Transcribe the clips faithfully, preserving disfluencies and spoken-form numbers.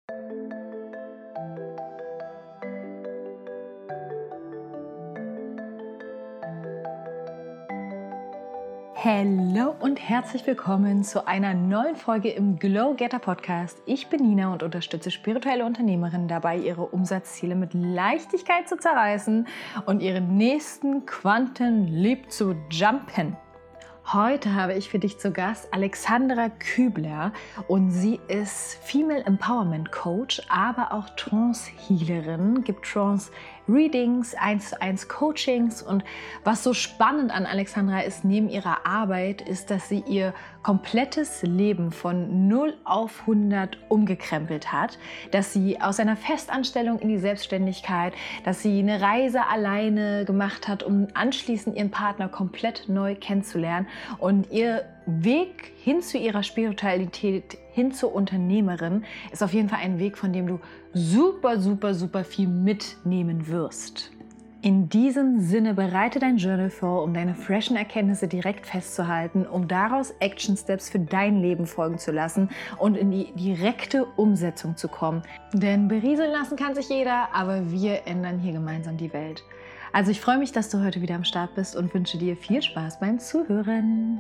Hallo und herzlich willkommen zu einer neuen Folge im Glow Getter Podcast. Ich bin Nina und unterstütze spirituelle Unternehmerinnen dabei, ihre Umsatzziele mit Leichtigkeit zu zerreißen und ihren nächsten Quantenleap zu jumpen. Heute habe ich für dich zu Gast Alexandra Kübler und sie ist Female Empowerment Coach, aber auch Trance Healerin, gibt Trance Readings, eins zu eins Coachings, und was so spannend an Alexandra ist neben ihrer Arbeit, ist, dass sie ihr komplettes Leben von null auf hundert umgekrempelt hat, dass sie aus einer Festanstellung in die Selbstständigkeit, dass sie eine Reise alleine gemacht hat, um anschließend ihren Partner komplett neu kennenzulernen, und ihr Weg hin zu ihrer Spiritualität, hin zur Unternehmerin, ist auf jeden Fall ein Weg, von dem du super, super, super viel mitnehmen wirst. In diesem Sinne, bereite dein Journal vor, um deine freshen Erkenntnisse direkt festzuhalten, um daraus Action Steps für dein Leben folgen zu lassen und in die direkte Umsetzung zu kommen. Denn berieseln lassen kann sich jeder, aber wir ändern hier gemeinsam die Welt. Also ich freue mich, dass du heute wieder am Start bist und wünsche dir viel Spaß beim Zuhören.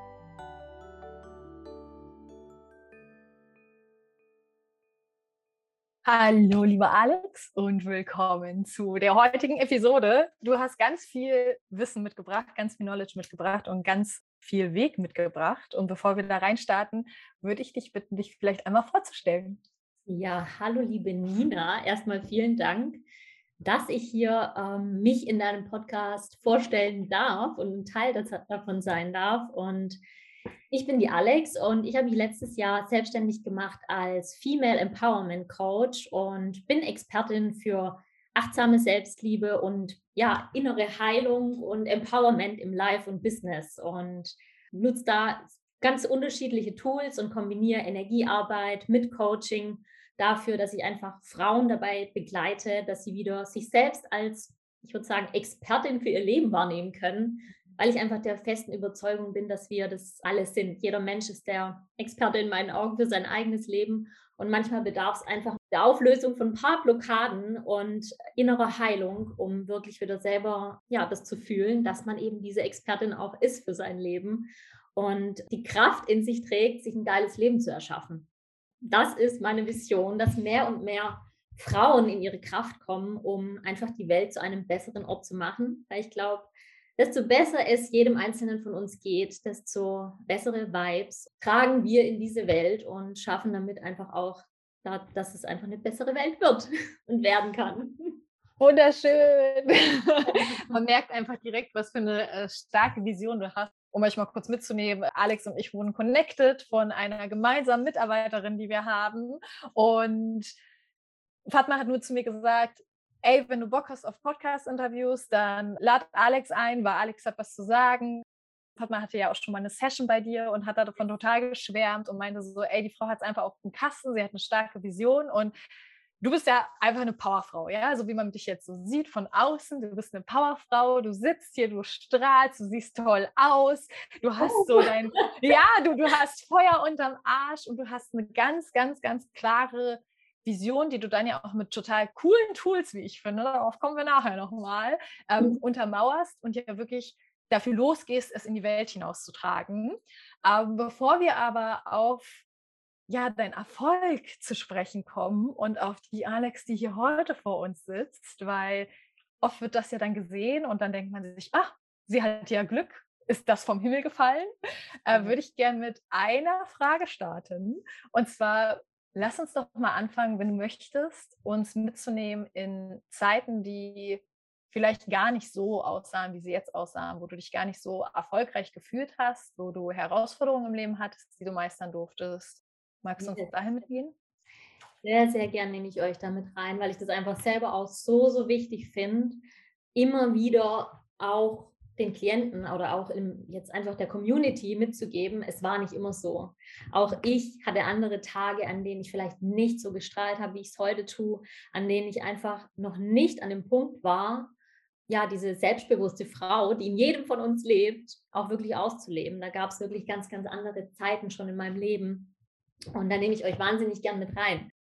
Hallo, lieber Alex, und willkommen zu der heutigen Episode. Du hast ganz viel Wissen mitgebracht, ganz viel Knowledge mitgebracht und ganz viel Weg mitgebracht. Und bevor wir da reinstarten, würde ich dich bitten, dich vielleicht einmal vorzustellen. Ja, hallo liebe Nina. Erstmal vielen Dank, dass ich hier ähm, mich in deinem Podcast vorstellen darf und ein Teil das, davon sein darf. Und ich bin die Alex und ich habe mich letztes Jahr selbstständig gemacht als Female Empowerment Coach und bin Expertin für achtsame Selbstliebe und ja, innere Heilung und Empowerment im Life und Business und nutze da ganz unterschiedliche Tools und kombiniere Energiearbeit mit Coaching dafür, dass ich einfach Frauen dabei begleite, dass sie wieder sich selbst als, ich würde sagen, Expertin für ihr Leben wahrnehmen können, weil ich einfach der festen Überzeugung bin, dass wir das alles sind. Jeder Mensch ist der Experte in meinen Augen für sein eigenes Leben und manchmal bedarf es einfach der Auflösung von ein paar Blockaden und innerer Heilung, um wirklich wieder selber ja, das zu fühlen, dass man eben diese Expertin auch ist für sein Leben und die Kraft in sich trägt, sich ein geiles Leben zu erschaffen. Das ist meine Vision, dass mehr und mehr Frauen in ihre Kraft kommen, um einfach die Welt zu einem besseren Ort zu machen. Weil ich glaube, desto besser es jedem Einzelnen von uns geht, desto bessere Vibes tragen wir in diese Welt und schaffen damit einfach auch, dass es einfach eine bessere Welt wird und werden kann. Wunderschön! Man merkt einfach direkt, was für eine äh, starke Vision du hast. Um euch mal kurz mitzunehmen, Alex und ich wurden connected von einer gemeinsamen Mitarbeiterin, die wir haben. Und Fatma hat nur zu mir gesagt, ey, wenn du Bock hast auf Podcast-Interviews, dann lad Alex ein, weil Alex hat was zu sagen. Fatma hatte ja auch schon mal eine Session bei dir und hat davon total geschwärmt und meinte so, ey, die Frau hat es einfach auf dem Kasten, sie hat eine starke Vision und du bist ja einfach eine Powerfrau, ja, so wie man dich jetzt so sieht von außen. Du bist eine Powerfrau, du sitzt hier, du strahlst, du siehst toll aus, du hast so dein, ja, du, du hast Feuer unterm Arsch und du hast eine ganz, ganz, ganz klare Vision, die du dann ja auch mit total coolen Tools, wie ich finde, darauf kommen wir nachher nochmal, ähm, untermauerst und ja wirklich dafür losgehst, es in die Welt hinauszutragen. Ähm, bevor wir aber auf ja, dein Erfolg zu sprechen kommen und auf die Alex, die hier heute vor uns sitzt, weil oft wird das ja dann gesehen und dann denkt man sich, ach, sie hat ja Glück, ist das vom Himmel gefallen? Äh, würde ich gerne mit einer Frage starten. Und zwar, lass uns doch mal anfangen, wenn du möchtest, uns mitzunehmen in Zeiten, die vielleicht gar nicht so aussahen, wie sie jetzt aussahen, wo du dich gar nicht so erfolgreich gefühlt hast, wo du Herausforderungen im Leben hattest, die du meistern durftest. Magst du uns dahin mitgehen? Sehr, sehr gern nehme ich euch damit rein, weil ich das einfach selber auch so, so wichtig finde, immer wieder auch den Klienten oder auch im, jetzt einfach der Community mitzugeben, es war nicht immer so. Auch ich hatte andere Tage, an denen ich vielleicht nicht so gestrahlt habe, wie ich es heute tue, an denen ich einfach noch nicht an dem Punkt war, ja, diese selbstbewusste Frau, die in jedem von uns lebt, auch wirklich auszuleben. Da gab es wirklich ganz, ganz andere Zeiten schon in meinem Leben. Und da nehme ich euch wahnsinnig gern mit rein.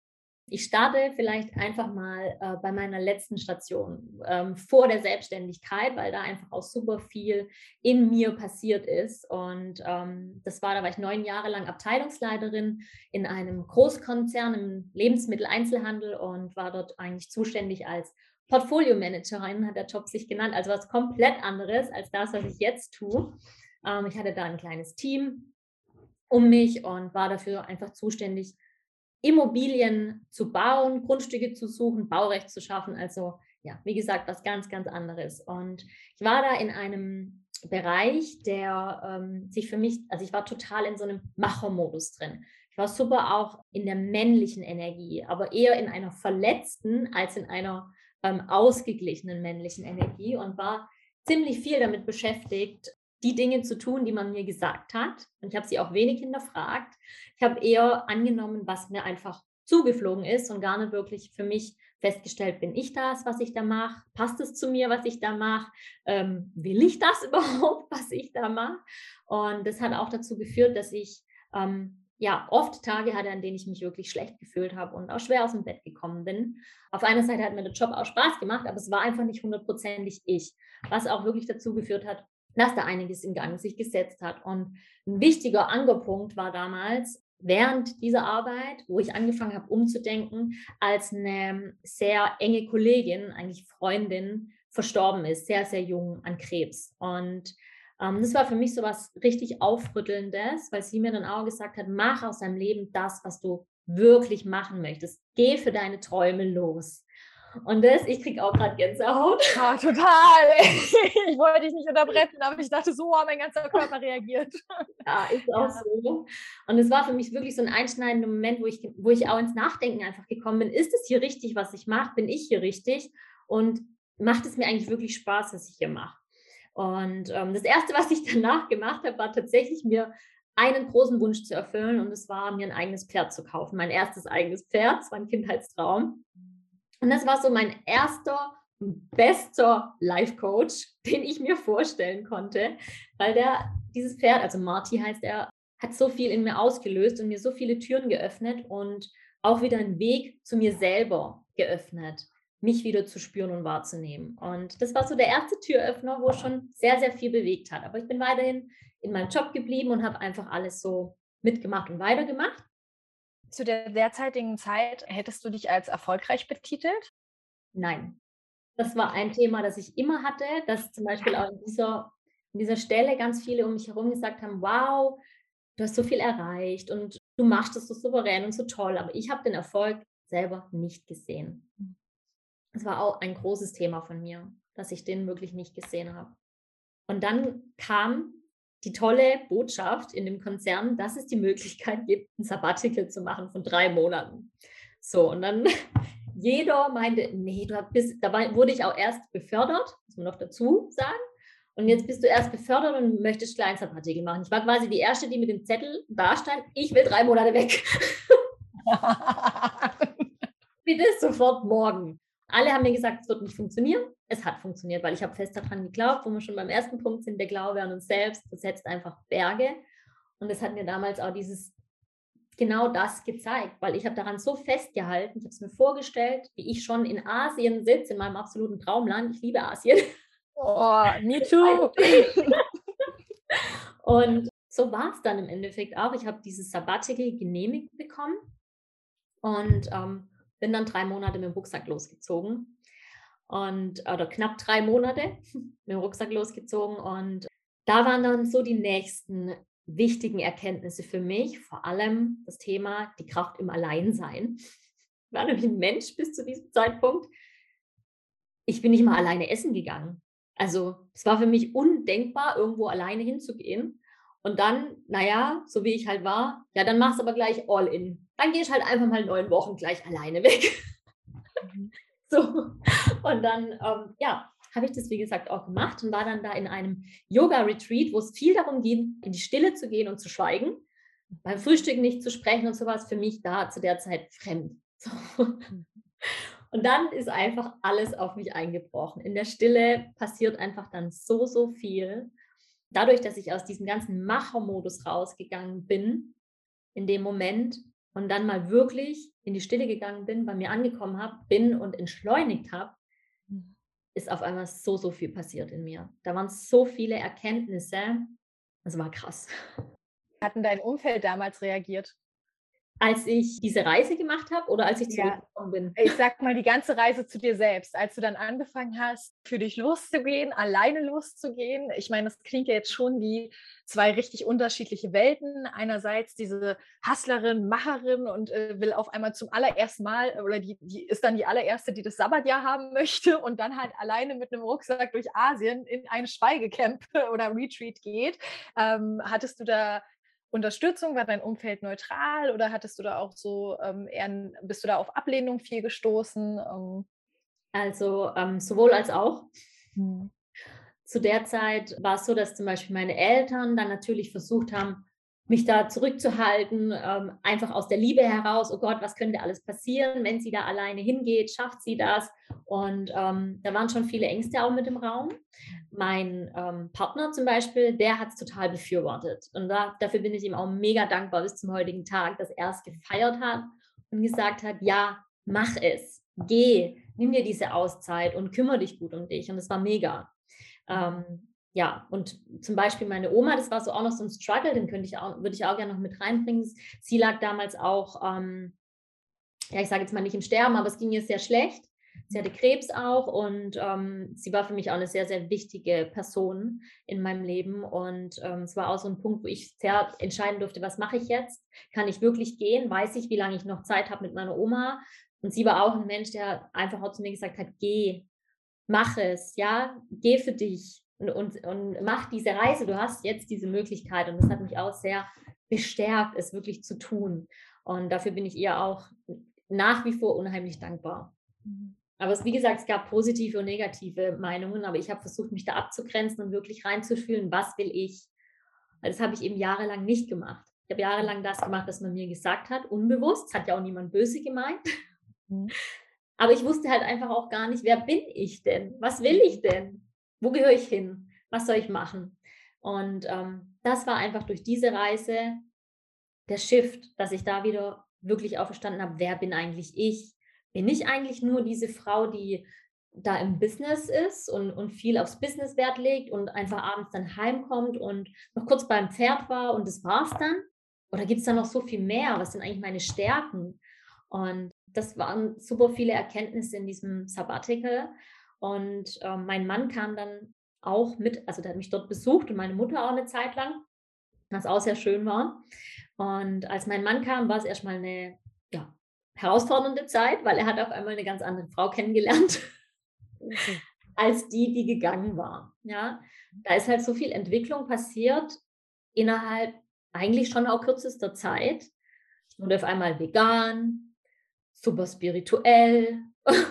Ich starte vielleicht einfach mal äh, bei meiner letzten Station ähm, vor der Selbstständigkeit, weil da einfach auch super viel in mir passiert ist. Und ähm, das war, da war ich neun Jahre lang Abteilungsleiterin in einem Großkonzern im Lebensmitteleinzelhandel und war dort eigentlich zuständig als Portfolio-Managerin, hat der Job sich genannt. Also was komplett anderes als das, was ich jetzt tue. Ähm, ich hatte da ein kleines Team um mich und war dafür einfach zuständig, Immobilien zu bauen, Grundstücke zu suchen, Baurecht zu schaffen. Also ja, wie gesagt, was ganz, ganz anderes. Und ich war da in einem Bereich, der ähm, sich für mich, also ich war total in so einem Machermodus drin. Ich war super auch in der männlichen Energie, aber eher in einer verletzten als in einer ähm, ausgeglichenen männlichen Energie und war ziemlich viel damit beschäftigt, die Dinge zu tun, die man mir gesagt hat. Und ich habe sie auch wenig hinterfragt. Ich habe eher angenommen, was mir einfach zugeflogen ist und gar nicht wirklich für mich festgestellt, bin ich das, was ich da mache? Passt es zu mir, was ich da mache? Ähm, will ich das überhaupt, was ich da mache? Und das hat auch dazu geführt, dass ich ähm, ja oft Tage hatte, an denen ich mich wirklich schlecht gefühlt habe und auch schwer aus dem Bett gekommen bin. Auf einer Seite hat mir der Job auch Spaß gemacht, aber es war einfach nicht hundertprozentig ich, was auch wirklich dazu geführt hat, dass da einiges in Gang sich gesetzt hat. Und ein wichtiger Ankerpunkt war damals während dieser Arbeit, wo ich angefangen habe umzudenken, als eine sehr enge Kollegin, eigentlich Freundin, verstorben ist, sehr, sehr jung an Krebs. Und ähm, das war für mich so was richtig Aufrüttelndes, weil sie mir dann auch gesagt hat, mach aus deinem Leben das, was du wirklich machen möchtest. Geh für deine Träume los. Und das, ich kriege auch gerade Gänsehaut. Ja, total. Ich wollte dich nicht unterbrechen, aber ich dachte so, oh, mein ganzer Körper reagiert. Ja, ist auch Ja. so. Und es war für mich wirklich so ein einschneidender Moment, wo ich, wo ich auch ins Nachdenken einfach gekommen bin. Ist es hier richtig, was ich mache? Bin ich hier richtig? Und macht es mir eigentlich wirklich Spaß, was ich hier mache? Und ähm, das Erste, was ich danach gemacht habe, war tatsächlich mir einen großen Wunsch zu erfüllen. Und es war, mir ein eigenes Pferd zu kaufen. Mein erstes eigenes Pferd. Das war ein Kindheitstraum. Und das war so mein erster, bester Life-Coach, den ich mir vorstellen konnte, weil der, dieses Pferd, also Marty heißt er, hat so viel in mir ausgelöst und mir so viele Türen geöffnet und auch wieder einen Weg zu mir selber geöffnet, mich wieder zu spüren und wahrzunehmen. Und das war so der erste Türöffner, wo schon sehr, sehr viel bewegt hat. Aber ich bin weiterhin in meinem Job geblieben und habe einfach alles so mitgemacht und weitergemacht. Zu der derzeitigen Zeit hättest du dich als erfolgreich betitelt? Nein. Das war ein Thema, das ich immer hatte, dass zum Beispiel auch in dieser, in dieser Stelle ganz viele um mich herum gesagt haben, wow, du hast so viel erreicht und du machst das so souverän und so toll, aber ich habe den Erfolg selber nicht gesehen. Das war auch ein großes Thema von mir, dass ich den wirklich nicht gesehen habe. Und dann kam die tolle Botschaft in dem Konzern, dass es die Möglichkeit gibt, ein Sabbatical zu machen von drei Monaten. So, und dann jeder meinte, nee, du bist, dabei wurde ich auch erst befördert, muss man noch dazu sagen. Und jetzt bist du erst befördert und möchtest gleich ein Sabbatical machen. Ich war quasi die Erste, die mit dem Zettel da stand, ich will drei Monate weg. Bitte sofort morgen. Alle haben mir gesagt, es wird nicht funktionieren. Es hat funktioniert, weil ich habe fest daran geglaubt, wo wir schon beim ersten Punkt sind, der Glaube an uns selbst, das setzt einfach Berge. Und das hat mir damals auch dieses genau das gezeigt, weil ich habe daran so festgehalten, ich habe es mir vorgestellt, wie ich schon in Asien sitze, in meinem absoluten Traumland. Ich liebe Asien. Oh, me too. Und so war es dann im Endeffekt auch. Ich habe dieses Sabbatical genehmigt bekommen und ähm, bin dann drei Monate mit dem Rucksack losgezogen. Und, oder knapp drei Monate mit dem Rucksack losgezogen. Und da waren dann so die nächsten wichtigen Erkenntnisse für mich, vor allem das Thema die Kraft im Alleinsein. Ich war nämlich ein Mensch bis zu diesem Zeitpunkt. Ich bin nicht mal alleine essen gegangen. Also es war für mich undenkbar, irgendwo alleine hinzugehen. Und dann, naja, so wie ich halt war, ja, dann mach's aber gleich all in. Dann gehe ich halt einfach mal neun Wochen gleich alleine weg. So. Und dann, ähm, ja, habe ich das, wie gesagt, auch gemacht und war dann da in einem Yoga-Retreat, wo es viel darum ging, in die Stille zu gehen und zu schweigen, beim Frühstück nicht zu sprechen und sowas, für mich da zu der Zeit fremd. So. Und dann ist einfach alles auf mich eingebrochen. In der Stille passiert einfach dann so, so viel. Dadurch, dass ich aus diesem ganzen Machermodus rausgegangen bin, in dem Moment, und dann mal wirklich in die Stille gegangen bin, bei mir angekommen habe, bin und entschleunigt habe, Mhm. ist auf einmal so, so viel passiert in mir. Da waren so viele Erkenntnisse. Das war krass. Hat denn dein Umfeld damals reagiert? Als ich diese Reise gemacht habe oder als ich Ja, zurückgekommen bin? ich sage mal, die ganze Reise zu dir selbst, als du dann angefangen hast, für dich loszugehen, alleine loszugehen. Ich meine, das klingt ja jetzt schon wie zwei richtig unterschiedliche Welten. Einerseits diese Hustlerin, Macherin und äh, will auf einmal zum allerersten Mal oder die, die ist dann die allererste, die das Sabbatjahr haben möchte und dann halt alleine mit einem Rucksack durch Asien in ein Schweigecamp oder Retreat geht. Ähm, hattest du da Unterstützung? War dein Umfeld neutral oder hattest du da auch so ähm, eher, bist du da auf Ablehnung viel gestoßen? Ähm, Also, ähm, sowohl als auch. Mhm. Zu der Zeit war es so, dass zum Beispiel meine Eltern dann natürlich versucht haben, mich da zurückzuhalten, ähm, einfach aus der Liebe heraus. Oh Gott, was könnte alles passieren, wenn sie da alleine hingeht? Schafft sie das? Und ähm, da waren schon viele Ängste auch mit im Raum. Mein ähm, Partner zum Beispiel, der hat es total befürwortet. Und da, dafür bin ich ihm auch mega dankbar bis zum heutigen Tag, dass er es gefeiert hat und gesagt hat, ja, mach es, geh, nimm dir diese Auszeit und kümmere dich gut um dich. Und das war mega. Ähm, ja, und zum Beispiel meine Oma, das war so auch noch so ein Struggle, den könnte ich auch, würde ich auch gerne noch mit reinbringen. Sie lag damals auch, ähm, ja, ich sage jetzt mal nicht im Sterben, aber es ging ihr sehr schlecht. Sie hatte Krebs auch und ähm, sie war für mich auch eine sehr, sehr wichtige Person in meinem Leben. Und ähm, es war auch so ein Punkt, wo ich sehr entscheiden durfte, was mache ich jetzt? Kann ich wirklich gehen? Weiß ich, wie lange ich noch Zeit habe mit meiner Oma? Und sie war auch ein Mensch, der einfach auch zu mir gesagt hat, geh, mach es, ja, geh für dich und, und, und mach diese Reise. Du hast jetzt diese Möglichkeit. Und das hat mich auch sehr bestärkt, es wirklich zu tun. Und dafür bin ich ihr auch nach wie vor unheimlich dankbar. Mhm. Aber es, wie gesagt, es gab positive und negative Meinungen, aber ich habe versucht, mich da abzugrenzen und wirklich reinzufühlen, was will ich. Das habe ich eben jahrelang nicht gemacht. Ich habe jahrelang das gemacht, was man mir gesagt hat, unbewusst. Das hat ja auch niemand böse gemeint. Mhm. Aber ich wusste halt einfach auch gar nicht, wer bin ich denn? Was will ich denn? Wo gehöre ich hin? Was soll ich machen? Und ähm, das war einfach durch diese Reise der Shift, dass ich da wieder wirklich auferstanden habe, wer bin eigentlich ich? Bin ich eigentlich nur diese Frau, die da im Business ist und, und viel aufs Business Wert legt und einfach abends dann heimkommt und noch kurz beim Pferd war und das war's dann? Oder gibt es da noch so viel mehr? Was sind eigentlich meine Stärken? Und das waren super viele Erkenntnisse in diesem Sabbatical. Und ähm, mein Mann kam dann auch mit, also der hat mich dort besucht und meine Mutter auch eine Zeit lang, was auch sehr schön war. Und als mein Mann kam, war es erstmal eine ja, herausfordernde Zeit, weil er hat auf einmal eine ganz andere Frau kennengelernt Okay. als die, die gegangen war. Ja, da ist halt so viel Entwicklung passiert innerhalb eigentlich schon auch kürzester Zeit. Ich wurde auf einmal vegan, super spirituell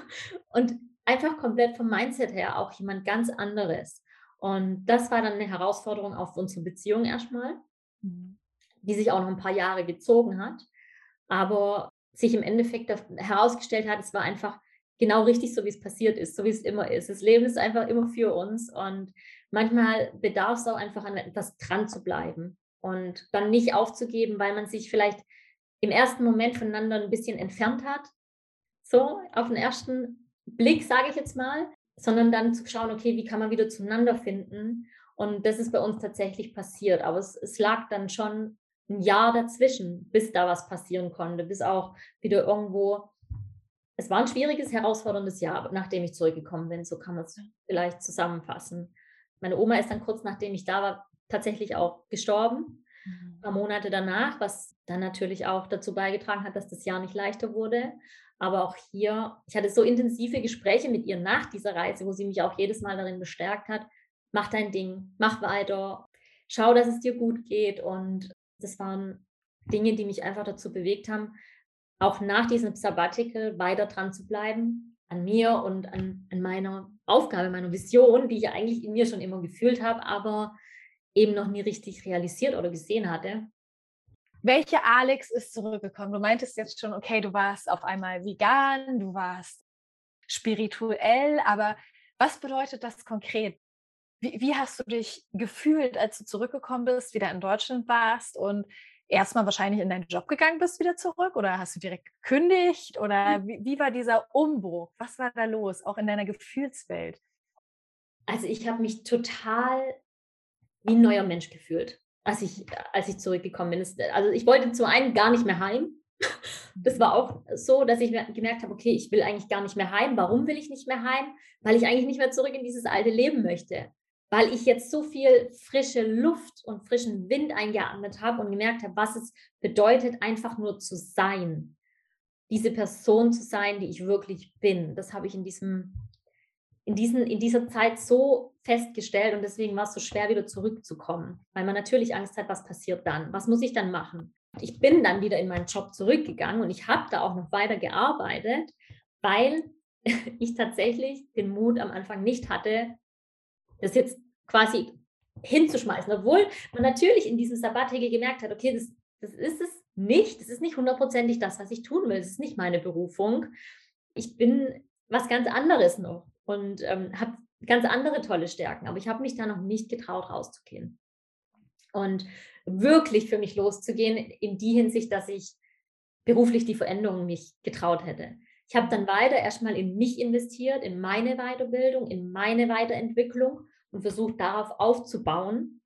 und einfach komplett vom Mindset her auch jemand ganz anderes. Und das war dann eine Herausforderung auch für unsere Beziehung erstmal, Mhm. die sich auch noch ein paar Jahre gezogen hat, aber sich im Endeffekt herausgestellt hat, es war einfach genau richtig, so wie es passiert ist, so wie es immer ist. Das Leben ist einfach immer für uns und manchmal bedarf es auch einfach an etwas dran zu bleiben und dann nicht aufzugeben, weil man sich vielleicht im ersten Moment voneinander ein bisschen entfernt hat, so auf den ersten Blick, sage ich jetzt mal, sondern dann zu schauen, okay, wie kann man wieder zueinander finden? Und das ist bei uns tatsächlich passiert. Aber es, es lag dann schon ein Jahr dazwischen, bis da was passieren konnte, bis auch wieder irgendwo. Es war ein schwieriges, herausforderndes Jahr, nachdem ich zurückgekommen bin. So kann man es vielleicht zusammenfassen. Meine Oma ist dann kurz nachdem ich da war, tatsächlich auch gestorben. Ein Mhm. paar Monate danach, was dann natürlich auch dazu beigetragen hat, dass das Jahr nicht leichter wurde. Aber auch hier, ich hatte so intensive Gespräche mit ihr nach dieser Reise, wo sie mich auch jedes Mal darin bestärkt hat, mach dein Ding, mach weiter, schau, dass es dir gut geht. Und das waren Dinge, die mich einfach dazu bewegt haben, auch nach diesem Sabbatical weiter dran zu bleiben, an mir und an, an meiner Aufgabe, meiner Vision, die ich eigentlich in mir schon immer gefühlt habe, aber eben noch nie richtig realisiert oder gesehen hatte. Welche Alex ist zurückgekommen? Du meintest jetzt schon, okay, du warst auf einmal vegan, du warst spirituell, aber was bedeutet das konkret? Wie, wie hast du dich gefühlt, als du zurückgekommen bist, wieder in Deutschland warst und erstmal wahrscheinlich in deinen Job gegangen bist wieder zurück oder hast du direkt gekündigt oder wie, wie war dieser Umbruch? Was war da los, auch in deiner Gefühlswelt? Also ich habe mich total wie ein neuer Mensch gefühlt, als ich, als ich zurückgekommen bin. Es, also ich wollte zum einen gar nicht mehr heim. Das war auch so, dass ich gemerkt habe, okay, ich will eigentlich gar nicht mehr heim. Warum will ich nicht mehr heim? Weil ich eigentlich nicht mehr zurück in dieses alte Leben möchte. Weil ich jetzt so viel frische Luft und frischen Wind eingeatmet habe und gemerkt habe, was es bedeutet, einfach nur zu sein. Diese Person zu sein, die ich wirklich bin. Das habe ich in diesem, in diesen, in dieser Zeit so festgestellt und deswegen war es so schwer, wieder zurückzukommen. Weil man natürlich Angst hat, was passiert dann? Was muss ich dann machen? Ich bin dann wieder in meinen Job zurückgegangen und ich habe da auch noch weiter gearbeitet, weil ich tatsächlich den Mut am Anfang nicht hatte, das jetzt quasi hinzuschmeißen, obwohl man natürlich in diesem Sabbatical gemerkt hat, okay, das, das ist es nicht, das ist nicht hundertprozentig das, was ich tun will, das ist nicht meine Berufung. Ich bin was ganz anderes noch und ähm, habe ganz andere tolle Stärken, aber ich habe mich da noch nicht getraut, rauszugehen. Und wirklich für mich loszugehen in die Hinsicht, dass ich beruflich die Veränderung nicht getraut hätte. Ich habe dann weiter erstmal in mich investiert, in meine Weiterbildung, in meine Weiterentwicklung und versucht darauf aufzubauen,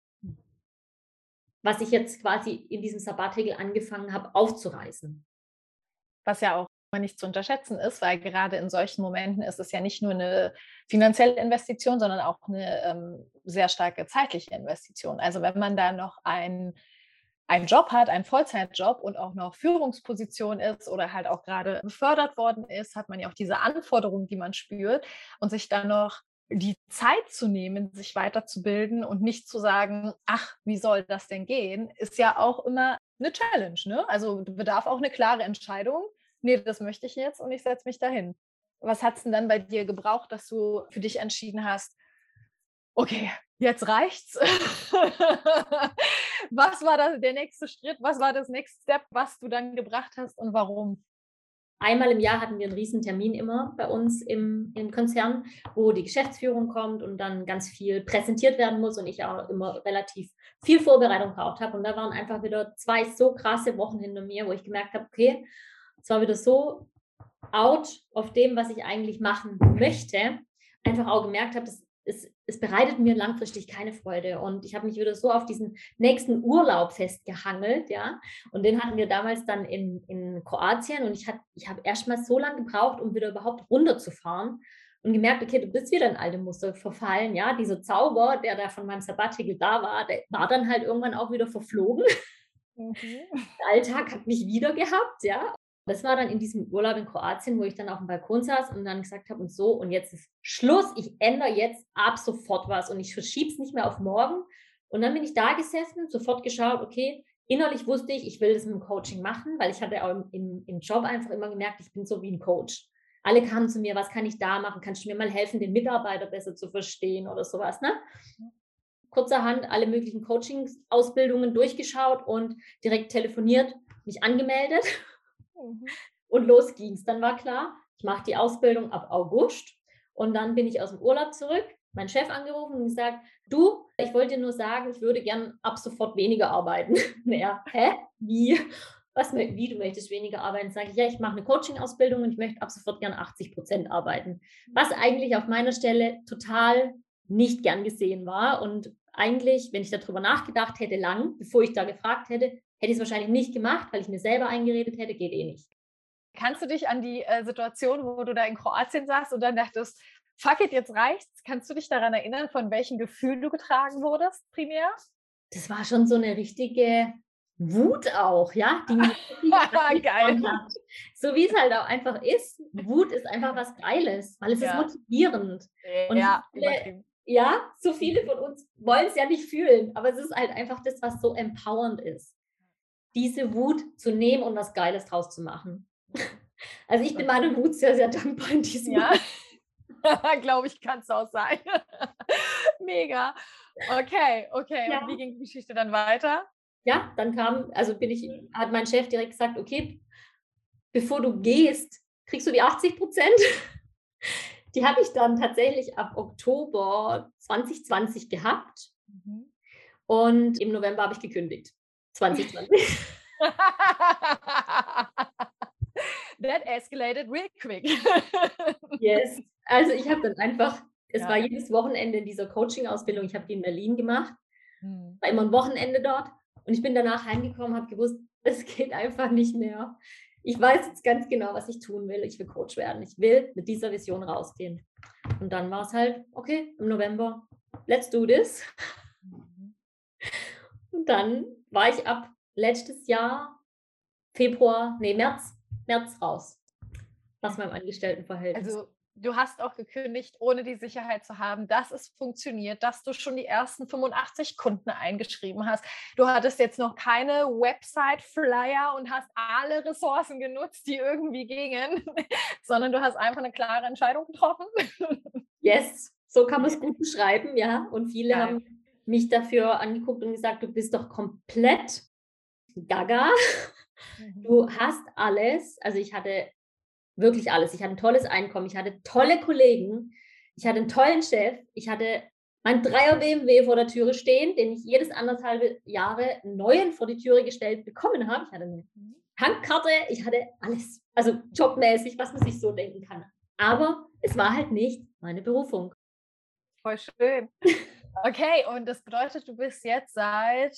was ich jetzt quasi in diesem Sabbatical angefangen habe aufzureißen. Was ja auch nicht zu unterschätzen ist, weil gerade in solchen Momenten ist es ja nicht nur eine finanzielle Investition, sondern auch eine ähm, sehr starke zeitliche Investition. Also wenn man da noch ein einen Job hat, einen Vollzeitjob und auch noch Führungsposition ist oder halt auch gerade befördert worden ist, hat man ja auch diese Anforderungen, die man spürt und sich dann noch die Zeit zu nehmen, sich weiterzubilden und nicht zu sagen, ach, wie soll das denn gehen, ist ja auch immer eine Challenge, ne? Also bedarf auch eine klare Entscheidung. Nee, das möchte ich jetzt und ich setze mich dahin. Was hat es denn dann bei dir gebraucht, dass du für dich entschieden hast, okay, jetzt reicht's. Was war das, der nächste Schritt? Was war das Next Step, was du dann gebracht hast und warum? Einmal im Jahr hatten wir einen riesen Termin immer bei uns im, im Konzern, wo die Geschäftsführung kommt und dann ganz viel präsentiert werden muss und ich auch immer relativ viel Vorbereitung gebraucht habe. Und da waren einfach wieder zwei so krasse Wochen hinter mir, wo ich gemerkt habe, okay, es war wieder so out auf dem, was ich eigentlich machen möchte. Einfach auch gemerkt habe, dass es, es bereitet mir langfristig keine Freude und ich habe mich wieder so auf diesen nächsten Urlaub festgehangelt, ja, und den hatten wir damals dann in, in Kroatien und ich, hat, ich habe erst mal so lange gebraucht, um wieder überhaupt runterzufahren und gemerkt, okay, du bist wieder in alte Muster verfallen, ja, dieser Zauber, der da von meinem Sabbatical da war, der war dann halt irgendwann auch wieder verflogen. Mhm. Der Alltag hat mich wieder gehabt, ja. Das war dann in diesem Urlaub in Kroatien, wo ich dann auf dem Balkon saß und dann gesagt habe und so, und jetzt ist Schluss, ich ändere jetzt ab sofort was und ich verschiebe es nicht mehr auf morgen. Und dann bin ich da gesessen, sofort geschaut, okay, innerlich wusste ich, ich will das mit dem Coaching machen, weil ich hatte auch im, im, im Job einfach immer gemerkt, ich bin so wie ein Coach. Alle kamen zu mir, was kann ich da machen? Kannst du mir mal helfen, den Mitarbeiter besser zu verstehen oder sowas, ne? Kurzerhand alle möglichen Coaching-Ausbildungen durchgeschaut und direkt telefoniert, mich angemeldet. Und los ging's. Dann war klar, ich mache die Ausbildung ab August und dann bin ich aus dem Urlaub zurück, mein Chef angerufen und gesagt, du, ich wollte dir nur sagen, ich würde gern ab sofort weniger arbeiten. Naja, hä? Wie? Was, wie, du möchtest weniger arbeiten? Sage ich, ja, ich mache eine Coaching-Ausbildung und ich möchte ab sofort gern achtzig Prozent arbeiten. Was eigentlich auf meiner Stelle total nicht gern gesehen war und eigentlich, wenn ich darüber nachgedacht hätte, lang, bevor ich da gefragt hätte, hätte ich es wahrscheinlich nicht gemacht, weil ich mir selber eingeredet hätte, geht eh nicht. Kannst du dich an die äh, Situation, wo du da in Kroatien saßt und dann dachtest, fuck it, jetzt reicht's, kannst du dich daran erinnern, von welchem Gefühl du getragen wurdest primär? Das war schon so eine richtige Wut auch, ja, die mich geil. hat. So wie es halt auch einfach ist. Wut ist einfach was Geiles, weil es ja. ist motivierend. Und ja, viele, ja, so viele von uns wollen es ja nicht fühlen, aber es ist halt einfach das, was so empowernd ist. Diese Wut zu nehmen und was Geiles draus zu machen. Also ich bin meiner Wut sehr, sehr dankbar in diesem Ja, glaube ich, kann es auch sein. Mega. Okay, okay. Ja. Und wie ging die Geschichte dann weiter? Ja, dann kam, also bin ich, hat mein Chef direkt gesagt, okay, bevor du gehst, kriegst du die achtzig Prozent. Die habe ich dann tatsächlich ab Oktober zwanzig zwanzig gehabt. Mhm. Und im November habe ich gekündigt. zwanzig zwanzig. That escalated real quick. Yes. Also ich habe dann einfach, es Ja. war jedes Wochenende in dieser Coaching-Ausbildung, ich habe die in Berlin gemacht, Mhm. war immer ein Wochenende dort und ich bin danach heimgekommen, habe gewusst, es geht einfach nicht mehr. Ich weiß jetzt ganz genau, was ich tun will. Ich will Coach werden. Ich will mit dieser Vision rausgehen. Und dann war es halt, okay, im November, let's do this. Mhm. Und dann war ich ab letztes Jahr, Februar, nee, März, März raus aus meinem Angestelltenverhältnis. Also du hast auch gekündigt, ohne die Sicherheit zu haben, dass es funktioniert, dass du schon die ersten fünfundachtzig Kunden eingeschrieben hast. Du hattest jetzt noch keine Website-Flyer und hast alle Ressourcen genutzt, die irgendwie gingen, sondern du hast einfach eine klare Entscheidung getroffen. Yes, so kann man es gut beschreiben, ja. Und viele Geil. haben mich dafür angeguckt und gesagt, du bist doch komplett gaga. Mhm. Du hast alles. Also ich hatte wirklich alles. Ich hatte ein tolles Einkommen, ich hatte tolle Kollegen, ich hatte einen tollen Chef, ich hatte meinen Dreier B M W vor der Türe stehen, den ich jedes anderthalbe Jahre einen neuen vor die Türe gestellt bekommen habe. Ich hatte eine Tankkarte, ich hatte alles. Also jobmäßig, was man sich so denken kann. Aber es war halt nicht meine Berufung. Voll schön. Okay, und das bedeutet, du bist jetzt seit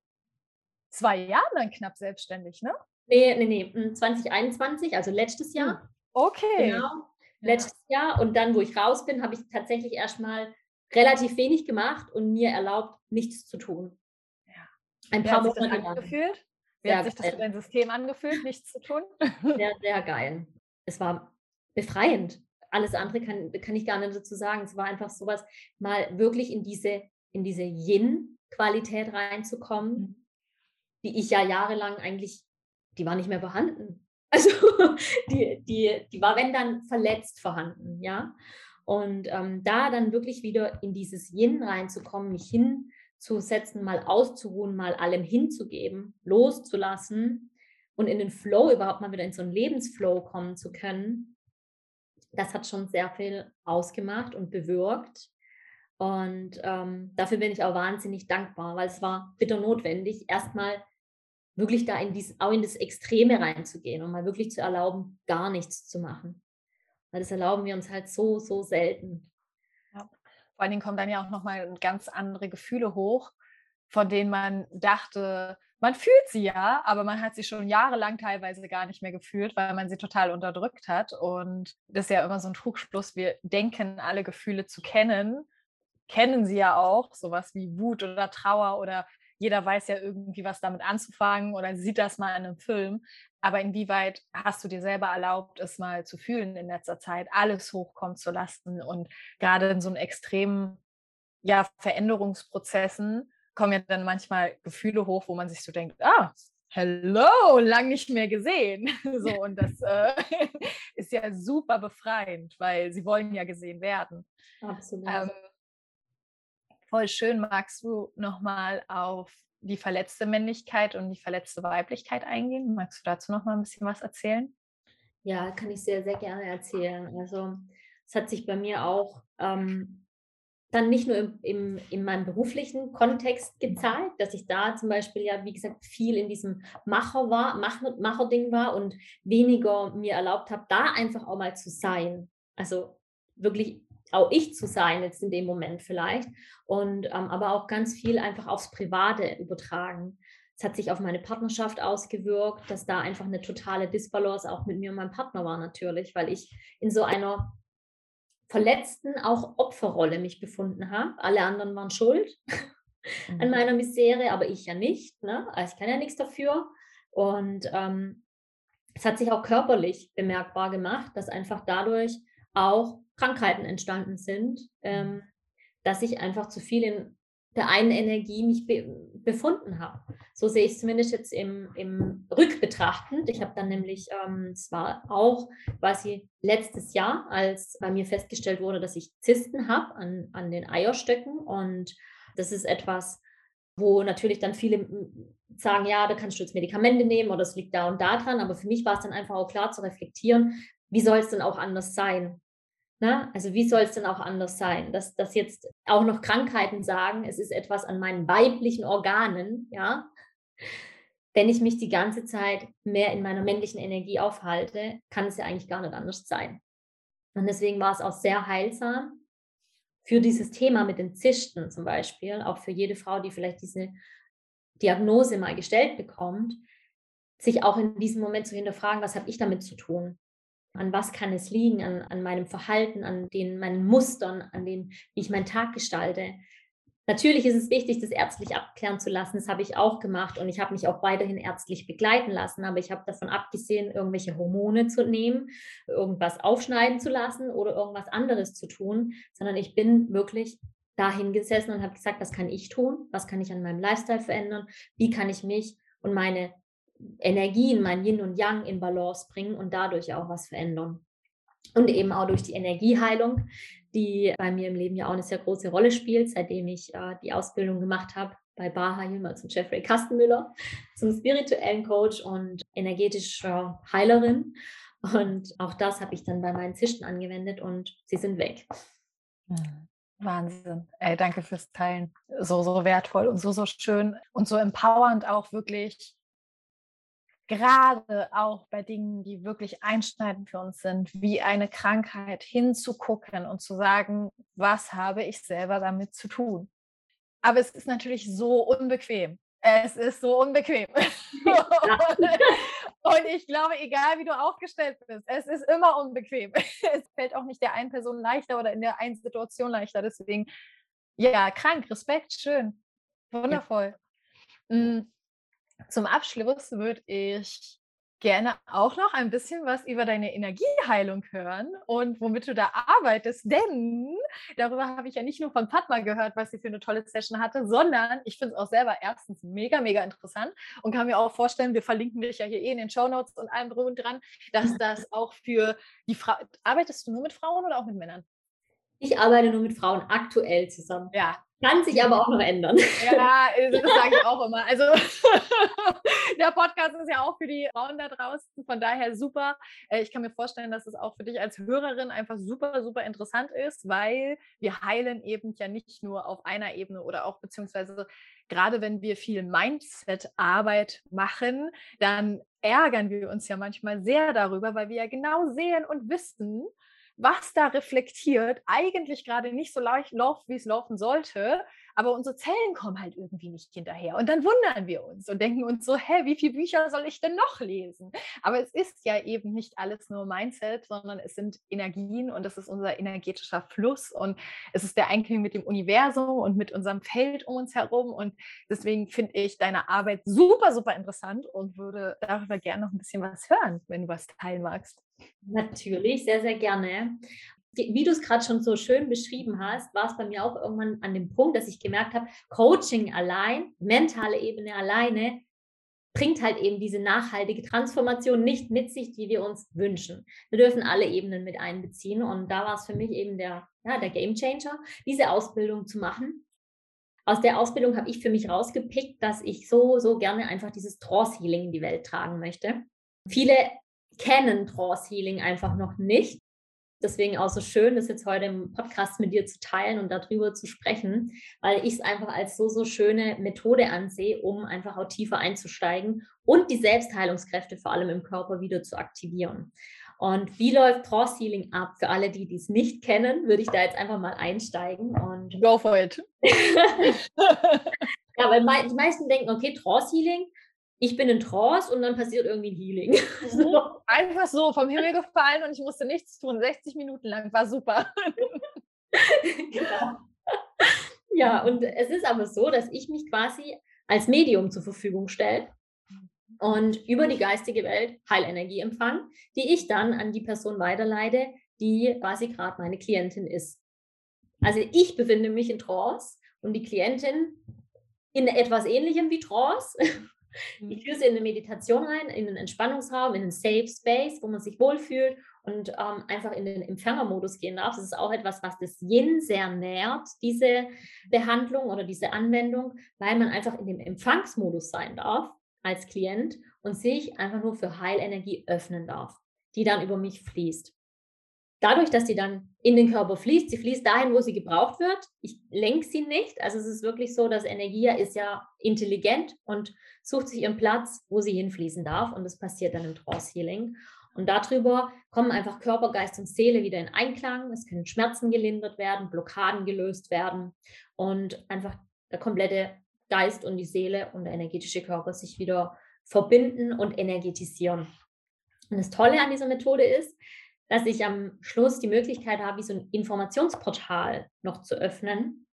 zwei Jahren dann knapp selbstständig, ne? Nee, nee, nee, zwanzig einundzwanzig, also letztes Jahr. Hm. Okay. Genau, Ja. letztes Jahr. Und dann, wo ich raus bin, habe ich tatsächlich erstmal relativ wenig gemacht und mir erlaubt, nichts zu tun. Ja. Ein Wie paar hat sich das Monate lang. angefühlt? Wie Sehr hat sich das für geil. dein System angefühlt, nichts zu tun? Sehr, sehr geil. Es war befreiend. Alles andere kann, kann ich gar nicht dazu sagen. Es war einfach sowas, mal wirklich in diese, in diese Yin-Qualität reinzukommen, die ich ja jahrelang eigentlich, die war nicht mehr vorhanden. Also die, die, die war, wenn dann, verletzt vorhanden, ja. Und ähm, da dann wirklich wieder in dieses Yin reinzukommen, mich hinzusetzen, mal auszuruhen, mal allem hinzugeben, loszulassen und in den Flow, überhaupt mal wieder in so einen Lebensflow kommen zu können, das hat schon sehr viel ausgemacht und bewirkt. Und ähm, dafür bin ich auch wahnsinnig dankbar, weil es war bitter notwendig, erstmal wirklich da in dies, auch in das Extreme reinzugehen und mal wirklich zu erlauben, gar nichts zu machen. Weil das erlauben wir uns halt so, so selten. Ja. Vor allen Dingen kommen dann ja auch nochmal ganz andere Gefühle hoch, von denen man dachte, man fühlt sie ja, aber man hat sie schon jahrelang teilweise gar nicht mehr gefühlt, weil man sie total unterdrückt hat. Und das ist ja immer so ein Trugschluss. Wir denken, alle Gefühle zu kennen, kennen sie ja auch, sowas wie Wut oder Trauer oder jeder weiß ja irgendwie, was damit anzufangen oder sieht das mal in einem Film. Aber inwieweit hast du dir selber erlaubt, es mal zu fühlen in letzter Zeit, alles hochkommen zu lassen? Und gerade in so einem extremen, ja, Veränderungsprozessen kommen ja dann manchmal Gefühle hoch, wo man sich so denkt, ah, hello, lang nicht mehr gesehen. So, und das äh, ist ja super befreiend, weil sie wollen ja gesehen werden. Absolut. Ähm, voll schön. Magst du nochmal auf die verletzte Männlichkeit und die verletzte Weiblichkeit eingehen? Magst du dazu nochmal ein bisschen was erzählen? Ja, kann ich sehr, sehr gerne erzählen. Also es hat sich bei mir auch ähm, dann nicht nur im, im, in meinem beruflichen Kontext gezeigt, dass ich da zum Beispiel ja, wie gesagt, viel in diesem Macher war, Macher, Macher-Ding war und weniger mir erlaubt habe, da einfach auch mal zu sein. Also wirklich auch ich zu sein jetzt in dem Moment vielleicht und ähm, aber auch ganz viel einfach aufs Private übertragen. Es hat sich auf meine Partnerschaft ausgewirkt, dass da einfach eine totale Disbalance auch mit mir und meinem Partner war natürlich, weil ich in so einer verletzten, auch Opferrolle mich befunden habe. Alle anderen waren schuld an meiner Misere, aber ich ja nicht. Ne? Also ich kann ja nichts dafür. Und ähm, es hat sich auch körperlich bemerkbar gemacht, dass einfach dadurch auch Krankheiten entstanden sind, ähm, dass ich einfach zu viel in der einen Energie mich be befunden habe. So sehe ich es zumindest jetzt im, im Rückbetrachtend. Ich habe dann nämlich, ähm, es war auch quasi letztes Jahr, als bei mir festgestellt wurde, dass ich Zysten habe an, an den Eierstöcken. Und das ist etwas, wo natürlich dann viele sagen, ja, da kannst du jetzt Medikamente nehmen oder es liegt da und da dran. Aber für mich war es dann einfach auch klar zu reflektieren, wie soll es denn auch anders sein? Ne? Also wie soll es denn auch anders sein? Dass, dass jetzt auch noch Krankheiten sagen, es ist etwas an meinen weiblichen Organen, ja, wenn ich mich die ganze Zeit mehr in meiner männlichen Energie aufhalte, kann es ja eigentlich gar nicht anders sein. Und deswegen war es auch sehr heilsam für dieses Thema mit den Zysten zum Beispiel, auch für jede Frau, die vielleicht diese Diagnose mal gestellt bekommt, sich auch in diesem Moment zu hinterfragen, was habe ich damit zu tun? An was kann es liegen? An, an meinem Verhalten, an den, meinen Mustern, an den, wie ich meinen Tag gestalte. Natürlich ist es wichtig, das ärztlich abklären zu lassen. Das habe ich auch gemacht und ich habe mich auch weiterhin ärztlich begleiten lassen. Aber ich habe davon abgesehen, irgendwelche Hormone zu nehmen, irgendwas aufschneiden zu lassen oder irgendwas anderes zu tun, sondern ich bin wirklich da hingesessen und habe gesagt, was kann ich tun? Was kann ich an meinem Lifestyle verändern? Wie kann ich mich und meine Energien, mein Yin und Yang in Balance bringen und dadurch auch was verändern? Und eben auch durch die Energieheilung, die bei mir im Leben ja auch eine sehr große Rolle spielt, seitdem ich äh, die Ausbildung gemacht habe bei Baha Hilmar zum Jeffrey Kastenmüller, zum spirituellen Coach und energetischer Heilerin. Und auch das habe ich dann bei meinen Zysten angewendet und sie sind weg. Wahnsinn. Ey, danke fürs Teilen. So, so wertvoll und so, so schön und so empowernd auch wirklich. Gerade auch bei Dingen, die wirklich einschneidend für uns sind, wie eine Krankheit, hinzugucken und zu sagen, was habe ich selber damit zu tun? Aber es ist natürlich so unbequem. Es ist so unbequem. Und ich glaube, egal wie du aufgestellt bist, es ist immer unbequem. Es fällt auch nicht der einen Person leichter oder in der einen Situation leichter. Deswegen, ja, krank, Respekt, schön, wundervoll. Ja. Zum Abschluss würde ich gerne auch noch ein bisschen was über deine Energieheilung hören und womit du da arbeitest, denn darüber habe ich ja nicht nur von Padma gehört, was sie für eine tolle Session hatte, sondern ich finde es auch selber erstens mega, mega interessant und kann mir auch vorstellen, wir verlinken dich ja hier eh in den Shownotes und allem drum und dran, dass das auch für die Frau, arbeitest du nur mit Frauen oder auch mit Männern? Ich arbeite nur mit Frauen aktuell zusammen. Ja. Kann sich aber auch noch ändern. Ja, das sage ich auch immer. Also der Podcast ist ja auch für die Frauen da draußen, von daher super. Ich kann mir vorstellen, dass es auch für dich als Hörerin einfach super, super interessant ist, weil wir heilen eben ja nicht nur auf einer Ebene oder auch beziehungsweise gerade wenn wir viel Mindset-Arbeit machen, dann ärgern wir uns ja manchmal sehr darüber, weil wir ja genau sehen und wissen, was da reflektiert, eigentlich gerade nicht so leicht läuft, wie es laufen sollte, aber unsere Zellen kommen halt irgendwie nicht hinterher. Und dann wundern wir uns und denken uns so, hä, wie viele Bücher soll ich denn noch lesen? Aber es ist ja eben nicht alles nur Mindset, sondern es sind Energien und es ist unser energetischer Fluss und es ist der Einklang mit dem Universum und mit unserem Feld um uns herum. Und deswegen finde ich deine Arbeit super, super interessant und würde darüber gerne noch ein bisschen was hören, wenn du was teilen magst. Natürlich, sehr, sehr gerne. Wie du es gerade schon so schön beschrieben hast, war es bei mir auch irgendwann an dem Punkt, dass ich gemerkt habe, Coaching allein, mentale Ebene alleine, bringt halt eben diese nachhaltige Transformation nicht mit sich, die wir uns wünschen. Wir dürfen alle Ebenen mit einbeziehen und da war es für mich eben der, ja, der Gamechanger, diese Ausbildung zu machen. Aus der Ausbildung habe ich für mich rausgepickt, dass ich so, so gerne einfach dieses Trance Healing in die Welt tragen möchte. Viele kennen Trance Healing einfach noch nicht. Deswegen auch so schön, das jetzt heute im Podcast mit dir zu teilen und darüber zu sprechen, weil ich es einfach als so, so schöne Methode ansehe, um einfach auch tiefer einzusteigen und die Selbstheilungskräfte vor allem im Körper wieder zu aktivieren. Und wie läuft Trance Healing ab? Für alle, die dies nicht kennen, würde ich da jetzt einfach mal einsteigen. Und go for it. Ja, weil die meisten denken, okay, Trance Healing, ich bin in Trance und dann passiert irgendwie ein Healing. Mhm. Einfach so vom Himmel gefallen und ich musste nichts tun. sechzig Minuten lang, war super. Genau. Ja, und es ist aber so, dass ich mich quasi als Medium zur Verfügung stelle und über die geistige Welt Heilenergie empfange, die ich dann an die Person weiterleite, die quasi gerade meine Klientin ist. Also ich befinde mich in Trance und die Klientin in etwas Ähnlichem wie Trance. Ich führe sie in eine Meditation rein, in einen Entspannungsraum, in einen Safe Space, wo man sich wohlfühlt und ähm, einfach in den Empfängermodus gehen darf. Das ist auch etwas, was das Yin sehr nährt, diese Behandlung oder diese Anwendung, weil man einfach in dem Empfangsmodus sein darf als Klient und sich einfach nur für Heilenergie öffnen darf, die dann über mich fließt. dadurch, dass sie dann in den Körper fließt, sie fließt dahin, wo sie gebraucht wird. Ich lenke sie nicht. Also es ist wirklich so, dass Energie ist ja intelligent und sucht sich ihren Platz, wo sie hinfließen darf. Und das passiert dann im Trance Healing. Und darüber kommen einfach Körper, Geist und Seele wieder in Einklang. Es können Schmerzen gelindert werden, Blockaden gelöst werden und einfach der komplette Geist und die Seele und der energetische Körper sich wieder verbinden und energetisieren. Und das Tolle an dieser Methode ist, dass ich am Schluss die Möglichkeit habe, wie so ein Informationsportal noch zu öffnen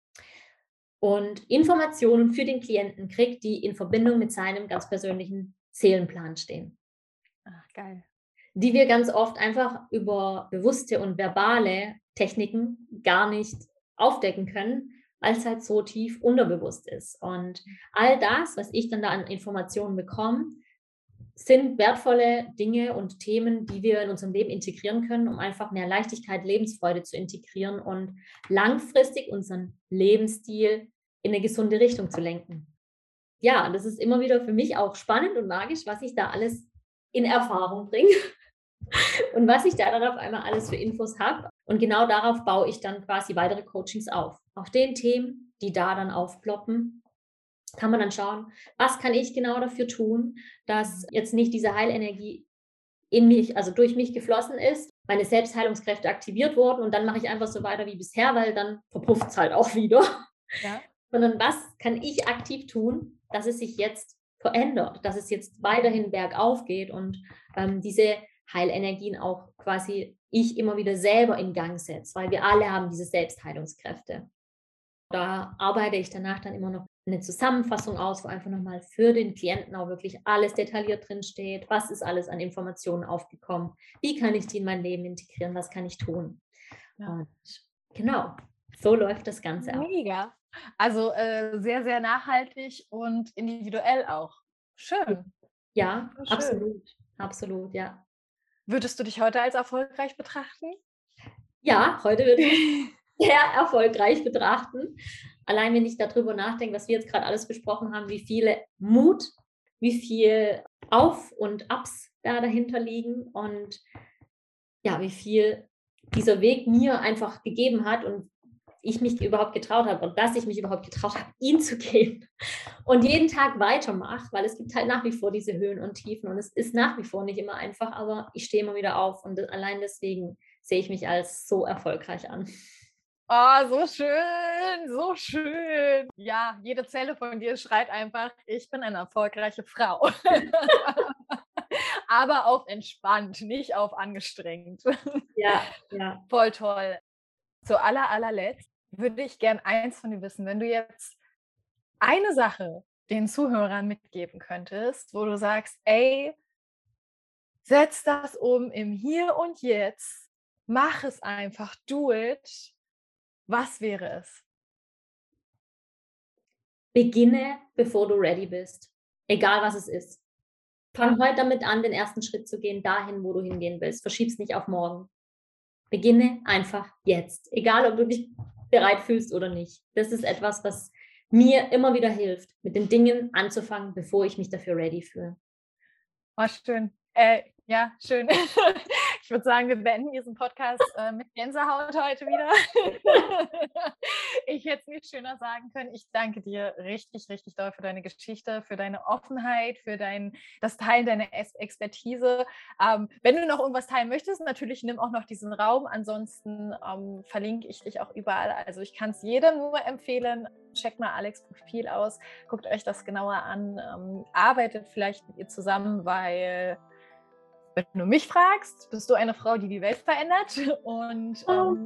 und Informationen für den Klienten kriegt, die in Verbindung mit seinem ganz persönlichen Seelenplan stehen. Ach, geil. Die wir ganz oft einfach über bewusste und verbale Techniken gar nicht aufdecken können, weil es halt so tief unterbewusst ist. Und all das, was ich dann da an Informationen bekomme, sind wertvolle Dinge und Themen, die wir in unserem Leben integrieren können, um einfach mehr Leichtigkeit, Lebensfreude zu integrieren und langfristig unseren Lebensstil in eine gesunde Richtung zu lenken. Ja, das ist immer wieder für mich auch spannend und magisch, was ich da alles in Erfahrung bringe und was ich da dann auf einmal alles für Infos habe. Und genau darauf baue ich dann quasi weitere Coachings auf. Auf den Themen, die da dann aufploppen, kann man dann schauen, was kann ich genau dafür tun, dass jetzt nicht diese Heilenergie in mich, also durch mich geflossen ist, meine Selbstheilungskräfte aktiviert wurden und dann mache ich einfach so weiter wie bisher, weil dann verpufft es halt auch wieder. Ja. Sondern was kann ich aktiv tun, dass es sich jetzt verändert, dass es jetzt weiterhin bergauf geht und ähm, diese Heilenergien auch quasi ich immer wieder selber in Gang setze, weil wir alle haben diese Selbstheilungskräfte. Da arbeite ich danach dann immer noch eine Zusammenfassung aus, wo einfach nochmal für den Klienten auch wirklich alles detailliert drin steht. Was ist alles an Informationen aufgekommen? Wie kann ich die in mein Leben integrieren? Was kann ich tun? Ja. Und genau, so läuft das Ganze ab. Mega. Also äh, sehr, sehr nachhaltig und individuell auch. Schön. Ja, Schön. absolut. Absolut, ja. Würdest du dich heute als erfolgreich betrachten? Ja, heute würde ich sehr erfolgreich betrachten. Allein wenn ich darüber nachdenke, was wir jetzt gerade alles besprochen haben, wie viele Mut, wie viel Auf- und Ups da dahinter liegen und ja, wie viel dieser Weg mir einfach gegeben hat und ich mich überhaupt getraut habe und dass ich mich überhaupt getraut habe, ihn zu gehen und jeden Tag weitermache, weil es gibt halt nach wie vor diese Höhen und Tiefen und es ist nach wie vor nicht immer einfach, aber ich stehe immer wieder auf und allein deswegen sehe ich mich als so erfolgreich an. Oh, so schön, so schön. Ja, jede Zelle von dir schreit einfach, ich bin eine erfolgreiche Frau. Aber auf entspannt, nicht auf angestrengt. Ja, ja. Voll toll. Zu aller, allerletzt würde ich gern eins von dir wissen, wenn du jetzt eine Sache den Zuhörern mitgeben könntest, wo du sagst, ey, setz das um im Hier und Jetzt, mach es einfach, do it. Was wäre es? Beginne, bevor du ready bist. Egal, was es ist. Fang heute damit an, den ersten Schritt zu gehen, dahin, wo du hingehen willst. Verschieb's nicht auf morgen. Beginne einfach jetzt. Egal, ob du dich bereit fühlst oder nicht. Das ist etwas, was mir immer wieder hilft, mit den Dingen anzufangen, bevor ich mich dafür ready fühle. Oh, schön. Äh, ja, schön. Ich würde sagen, wir beenden diesen Podcast äh, mit Gänsehaut heute wieder. Ich hätte es nicht schöner sagen können. Ich danke dir richtig, richtig doll für deine Geschichte, für deine Offenheit, für dein, das Teilen deiner Expertise. Ähm, wenn du noch irgendwas teilen möchtest, natürlich nimm auch noch diesen Raum. Ansonsten ähm, verlinke ich dich auch überall. Also ich kann es jedem nur empfehlen. Checkt mal Alex' Profil aus, guckt euch das genauer an, ähm, arbeitet vielleicht mit ihr zusammen, weil wenn du mich fragst, bist du eine Frau, die die Welt verändert und ähm,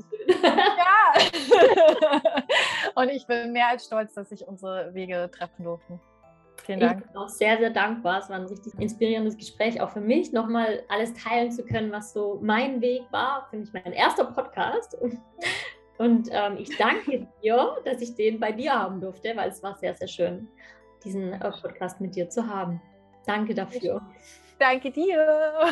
ja, und ich bin mehr als stolz, dass sich unsere Wege treffen durften. Vielen Dank. Ich bin auch sehr, sehr dankbar. Es war ein richtig inspirierendes Gespräch, auch für mich, nochmal alles teilen zu können, was so mein Weg war. Finde ich mein erster Podcast. Und, und ähm, ich danke dir, dass ich den bei dir haben durfte, weil es war sehr, sehr schön, diesen äh, Podcast mit dir zu haben. Danke dafür. Danke dir.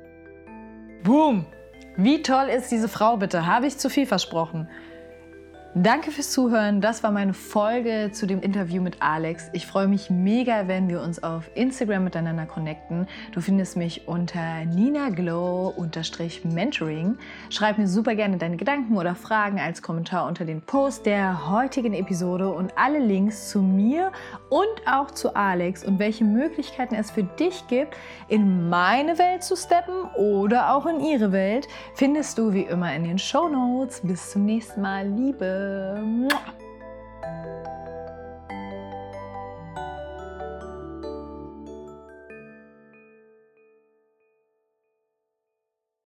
Boom. Wie toll ist diese Frau bitte? Habe ich zu viel versprochen? Danke fürs Zuhören. Das war meine Folge zu dem Interview mit Alex. Ich freue mich mega, wenn wir uns auf Instagram miteinander connecten. Du findest mich unter ninaglow mentoring. Schreib mir super gerne deine Gedanken oder Fragen als Kommentar unter den Post der heutigen Episode und alle Links zu mir und auch zu Alex und welche Möglichkeiten es für dich gibt, in meine Welt zu steppen oder auch in ihre Welt, findest du wie immer in den Shownotes. Bis zum nächsten Mal. Liebe. Mua.